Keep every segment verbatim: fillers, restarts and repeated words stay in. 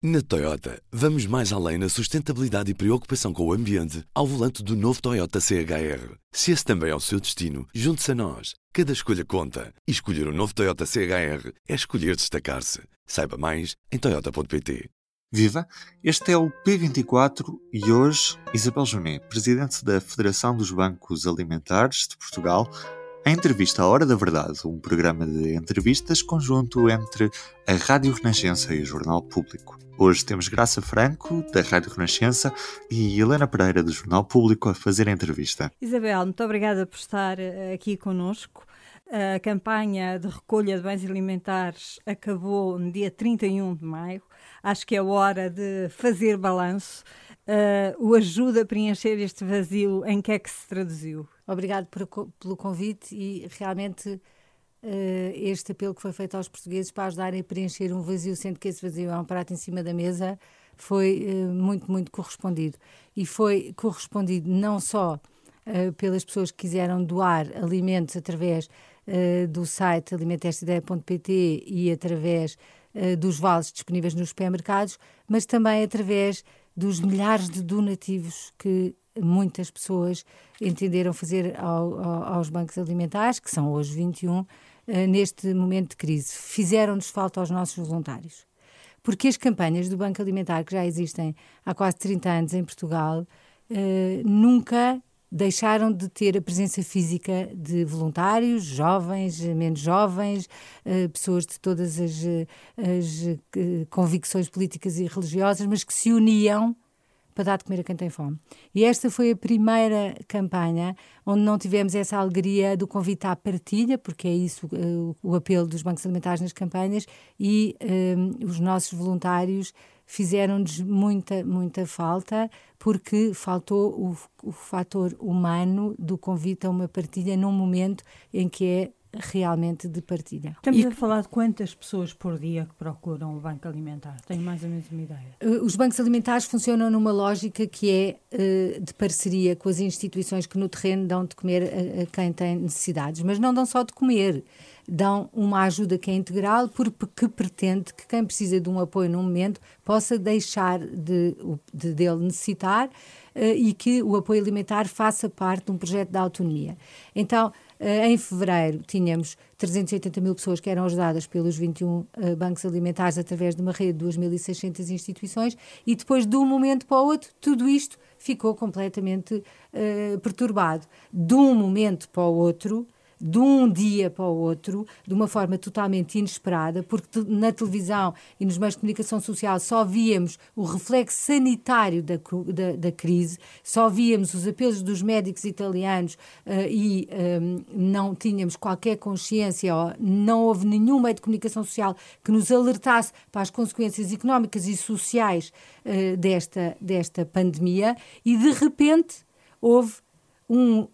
Na Toyota, vamos mais além na sustentabilidade e preocupação com o ambiente ao volante do novo Toyota C H R. Se esse também é o seu destino, junte-se a nós. Cada escolha conta. E escolher o novo Toyota C H R é escolher destacar-se. Saiba mais em toyota ponto pt. Viva! Este é o P vinte e quatro e hoje Isabel Junet, presidente da Federação dos Bancos Alimentares de Portugal, a entrevista à Hora da Verdade, um programa de entrevistas conjunto entre a Rádio Renascença e o Jornal Público. Hoje temos Graça Franco, da Rádio Renascença, e Helena Pereira, do Jornal Público, a fazer a entrevista. Isabel, muito obrigada por estar aqui connosco. A campanha de recolha de bens alimentares acabou no dia trinta e um de maio. Acho que é hora de fazer balanço. Uh, o ajuda a preencher este vazio, em que é que se traduziu? Obrigado por, pelo convite e realmente uh, este apelo que foi feito aos portugueses para ajudarem a preencher um vazio, sendo que esse vazio é um prato em cima da mesa, foi uh, muito, muito correspondido. E foi correspondido não só uh, pelas pessoas que quiseram doar alimentos através uh, do site alimenta esta ideia ponto pt e através uh, dos vales disponíveis nos supermercados, mas também através dos milhares de donativos que muitas pessoas entenderam fazer ao, ao, aos bancos alimentares, que são hoje vinte e um, uh, neste momento de crise. Fizeram-nos falta aos nossos voluntários. Porque as campanhas do Banco Alimentar, que já existem há quase trinta anos em Portugal, uh, nunca deixaram de ter a presença física de voluntários, jovens, menos jovens, uh, pessoas de todas as, as uh, convicções políticas e religiosas, mas que se uniam para dar de comer a quem tem fome. E esta foi a primeira campanha onde não tivemos essa alegria do convite à partilha, porque é isso uh, o apelo dos bancos alimentares nas campanhas, e uh, os nossos voluntários fizeram-nos muita, muita falta, porque faltou o, o fator humano do convite a uma partilha num momento em que é realmente de partilha. Estamos e... a falar de quantas pessoas por dia que procuram o Banco Alimentar? Tenho mais ou menos uma ideia. Os bancos alimentares funcionam numa lógica que é uh, de parceria com as instituições que no terreno dão de comer a, a quem tem necessidades, mas não dão só de comer, dão uma ajuda que é integral, porque pretende que quem precisa de um apoio num momento possa deixar de, de dele necessitar uh, e que o apoio alimentar faça parte de um projeto de autonomia. Então, Uh, em fevereiro tínhamos trezentas e oitenta mil pessoas que eram ajudadas pelos vinte e um uh, bancos alimentares através de uma rede de duas mil e seiscentas instituições, e depois de um momento para o outro tudo isto ficou completamente uh, perturbado. De um momento para o outro, de um dia para o outro, de uma forma totalmente inesperada, porque na televisão e nos meios de comunicação social só víamos o reflexo sanitário da, da, da crise, só víamos os apelos dos médicos italianos uh, e um, não tínhamos qualquer consciência, ou não houve nenhum meio de comunicação social que nos alertasse para as consequências económicas e sociais uh, desta, desta pandemia, e de repente houve um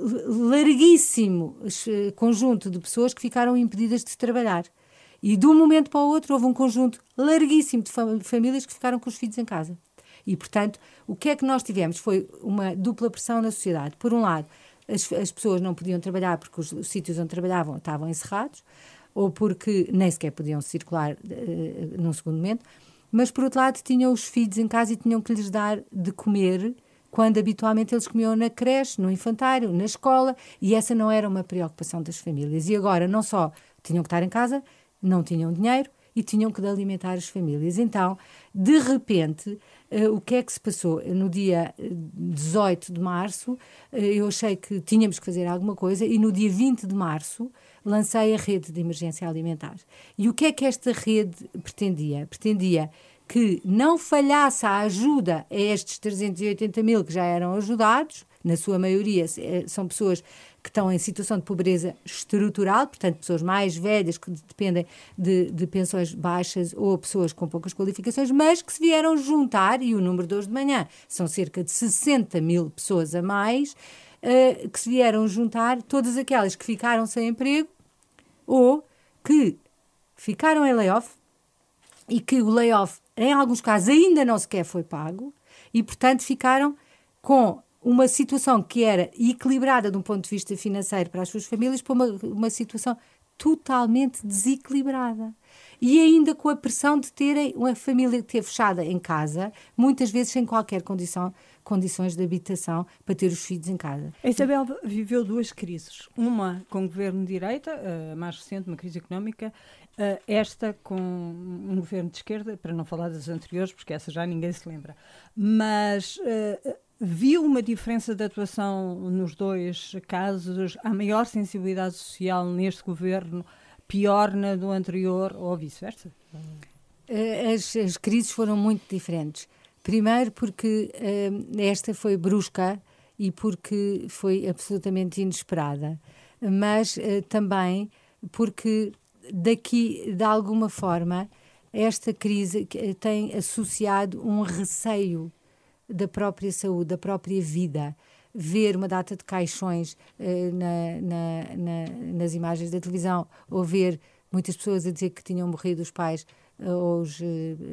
larguíssimo conjunto de pessoas que ficaram impedidas de trabalhar. E de um momento para o outro houve um conjunto larguíssimo de fam- famílias que ficaram com os filhos em casa. E, portanto, o que é que nós tivemos? Foi uma dupla pressão na sociedade. Por um lado, as, as pessoas não podiam trabalhar porque os, os sítios onde trabalhavam estavam encerrados, ou porque nem sequer podiam circular uh, num segundo momento, mas, por outro lado, tinham os filhos em casa e tinham que lhes dar de comer quando habitualmente eles comiam na creche, no infantário, na escola, e essa não era uma preocupação das famílias. E agora não só tinham que estar em casa, não tinham dinheiro e tinham que alimentar as famílias. Então, de repente, uh, o que é que se passou? No dia dezoito de março, uh, eu achei que tínhamos que fazer alguma coisa, e no dia vinte de março lancei a rede de emergência alimentar. E o que é que esta rede pretendia? Pretendia que não falhasse a ajuda a estes trezentos e oitenta mil que já eram ajudados, na sua maioria são pessoas que estão em situação de pobreza estrutural, portanto pessoas mais velhas que dependem de, de pensões baixas ou pessoas com poucas qualificações, mas que se vieram juntar, e o número de hoje de manhã são cerca de sessenta mil pessoas a mais, uh, que se vieram juntar, todas aquelas que ficaram sem emprego ou que ficaram em layoff, e que o layoff, em alguns casos, ainda não sequer foi pago, e, portanto, ficaram com uma situação que era equilibrada de um ponto de vista financeiro para as suas famílias, para uma, uma situação totalmente desequilibrada. E ainda com a pressão de terem uma família que ter fechada em casa, muitas vezes sem qualquer condição, condições de habitação para ter os filhos em casa. A Isabel viveu duas crises. Uma com o governo de direita, a mais recente, uma crise económica, esta com um governo de esquerda, para não falar das anteriores, porque essa já ninguém se lembra. Mas uh, viu uma diferença de atuação nos dois casos? Há maior sensibilidade social neste governo, pior na do anterior, ou vice-versa? As, as crises foram muito diferentes. Primeiro porque uh, esta foi brusca e porque foi absolutamente inesperada. Mas uh, também porque daqui, de alguma forma, esta crise tem associado um receio da própria saúde, da própria vida. Ver uma data de caixões uh, na, na, na, nas imagens da televisão, ou ver muitas pessoas a dizer que tinham morrido os pais ou as uh,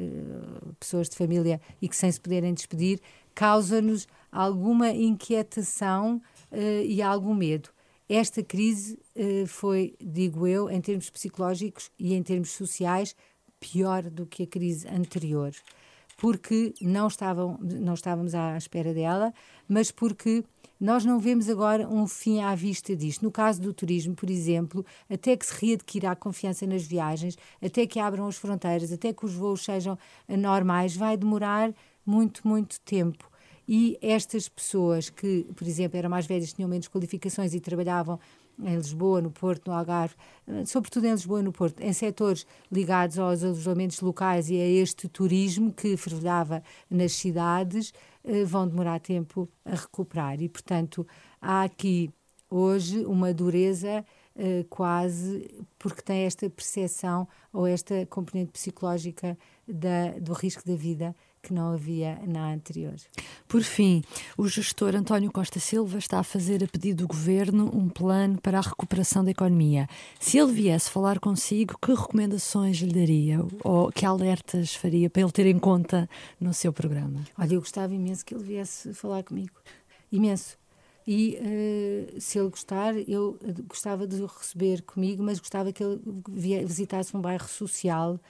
uh, pessoas de família e que sem se poderem despedir, causa-nos alguma inquietação uh, e algum medo. Esta crise uh, foi, digo eu, em termos psicológicos e em termos sociais, pior do que a crise anterior. Porque não, estavam, não estávamos à espera dela, mas porque nós não vemos agora um fim à vista disto. No caso do turismo, por exemplo, até que se readquira a confiança nas viagens, até que abram as fronteiras, até que os voos sejam normais, vai demorar muito, muito tempo. E estas pessoas que, por exemplo, eram mais velhas, tinham menos qualificações e trabalhavam em Lisboa, no Porto, no Algarve, sobretudo em Lisboa e no Porto, em setores ligados aos alojamentos locais e a este turismo que fervilhava nas cidades, vão demorar tempo a recuperar. E, portanto, há aqui hoje uma dureza uh, quase porque tem esta percepção ou esta componente psicológica da, do risco da vida que não havia na anterior. Por fim, o gestor António Costa Silva está a fazer a pedido do Governo um plano para a recuperação da economia. Se ele viesse falar consigo, que recomendações lhe daria ou que alertas faria para ele ter em conta no seu programa? Olha, eu gostava imenso que ele viesse falar comigo. Imenso. E uh, se ele gostar, eu gostava de o receber comigo, mas gostava que ele visitasse um bairro social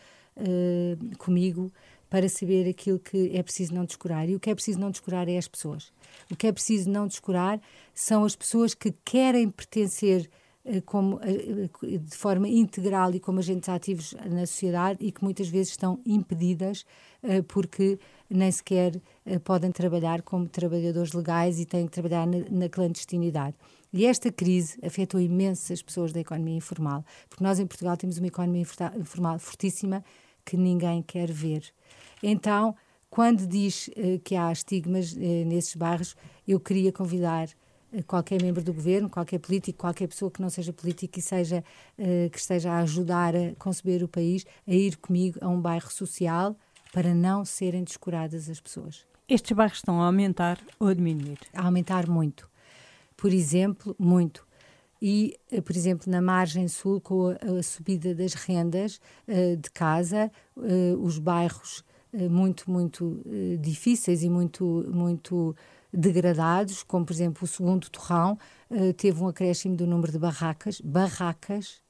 uh, comigo, para saber aquilo que é preciso não descurar. E o que é preciso não descurar é as pessoas. O que é preciso não descurar são as pessoas que querem pertencer uh, como, uh, de forma integral e como agentes ativos na sociedade e que muitas vezes estão impedidas uh, porque nem sequer uh, podem trabalhar como trabalhadores legais e têm que trabalhar na, na clandestinidade. E esta crise afetou imenso as pessoas da economia informal, porque nós em Portugal temos uma economia informal fortíssima que ninguém quer ver. Então, quando diz uh, que há estigmas uh, nesses bairros, eu queria convidar uh, qualquer membro do governo, qualquer político, qualquer pessoa que não seja político e seja, uh, que esteja a ajudar a conceber o país, a ir comigo a um bairro social para não serem descuradas as pessoas. Estes bairros estão a aumentar ou a diminuir? A aumentar muito. Por exemplo, muito. E, por exemplo, na margem sul, com a, a subida das rendas uh, de casa, uh, os bairros uh, muito, muito uh, difíceis e muito, muito degradados, como, por exemplo, o segundo Torrão, uh, teve um acréscimo do número de barracas, barracas,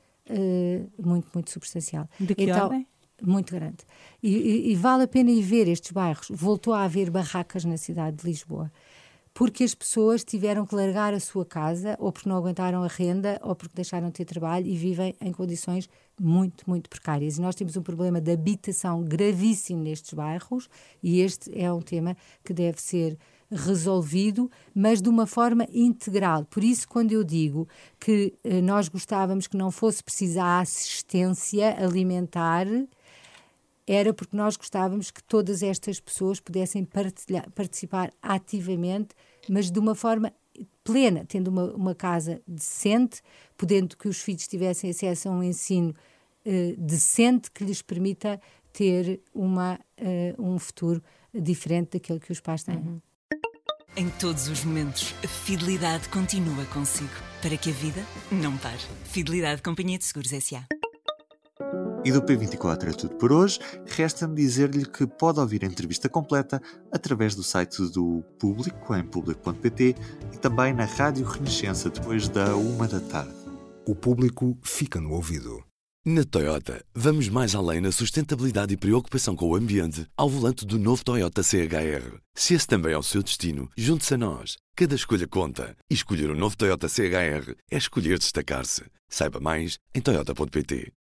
uh, muito, muito substancial. De que então, ordem? Muito grande. E, e, e vale a pena ir ver estes bairros. Voltou a haver barracas na cidade de Lisboa, porque as pessoas tiveram que largar a sua casa, ou porque não aguentaram a renda, ou porque deixaram de ter trabalho e vivem em condições muito, muito precárias. E nós temos um problema de habitação gravíssimo nestes bairros, e este é um tema que deve ser resolvido, mas de uma forma integral. Por isso, quando eu digo que eh, nós gostávamos que não fosse precisa a assistência alimentar, era porque nós gostávamos que todas estas pessoas pudessem partilhar, participar ativamente, mas de uma forma plena, tendo uma, uma casa decente, podendo que os filhos tivessem acesso a um ensino uh, decente que lhes permita ter uma, uh, um futuro diferente daquele que os pais têm. Uhum. Em todos os momentos, a fidelidade continua consigo, para que a vida não pare. Fidelidade Companhia de Seguros S A. E do P vinte e quatro é tudo por hoje. Resta-me dizer-lhe que pode ouvir a entrevista completa através do site do Público, em público ponto pt, e também na Rádio Renascença, depois da uma da tarde. o público fica no ouvido. Na Toyota, vamos mais além na sustentabilidade e preocupação com o ambiente ao volante do novo Toyota C H R. Se esse também é o seu destino, junte-se a nós. Cada escolha conta. E escolher o novo Toyota C H R é escolher destacar-se. Saiba mais em toyota ponto pt.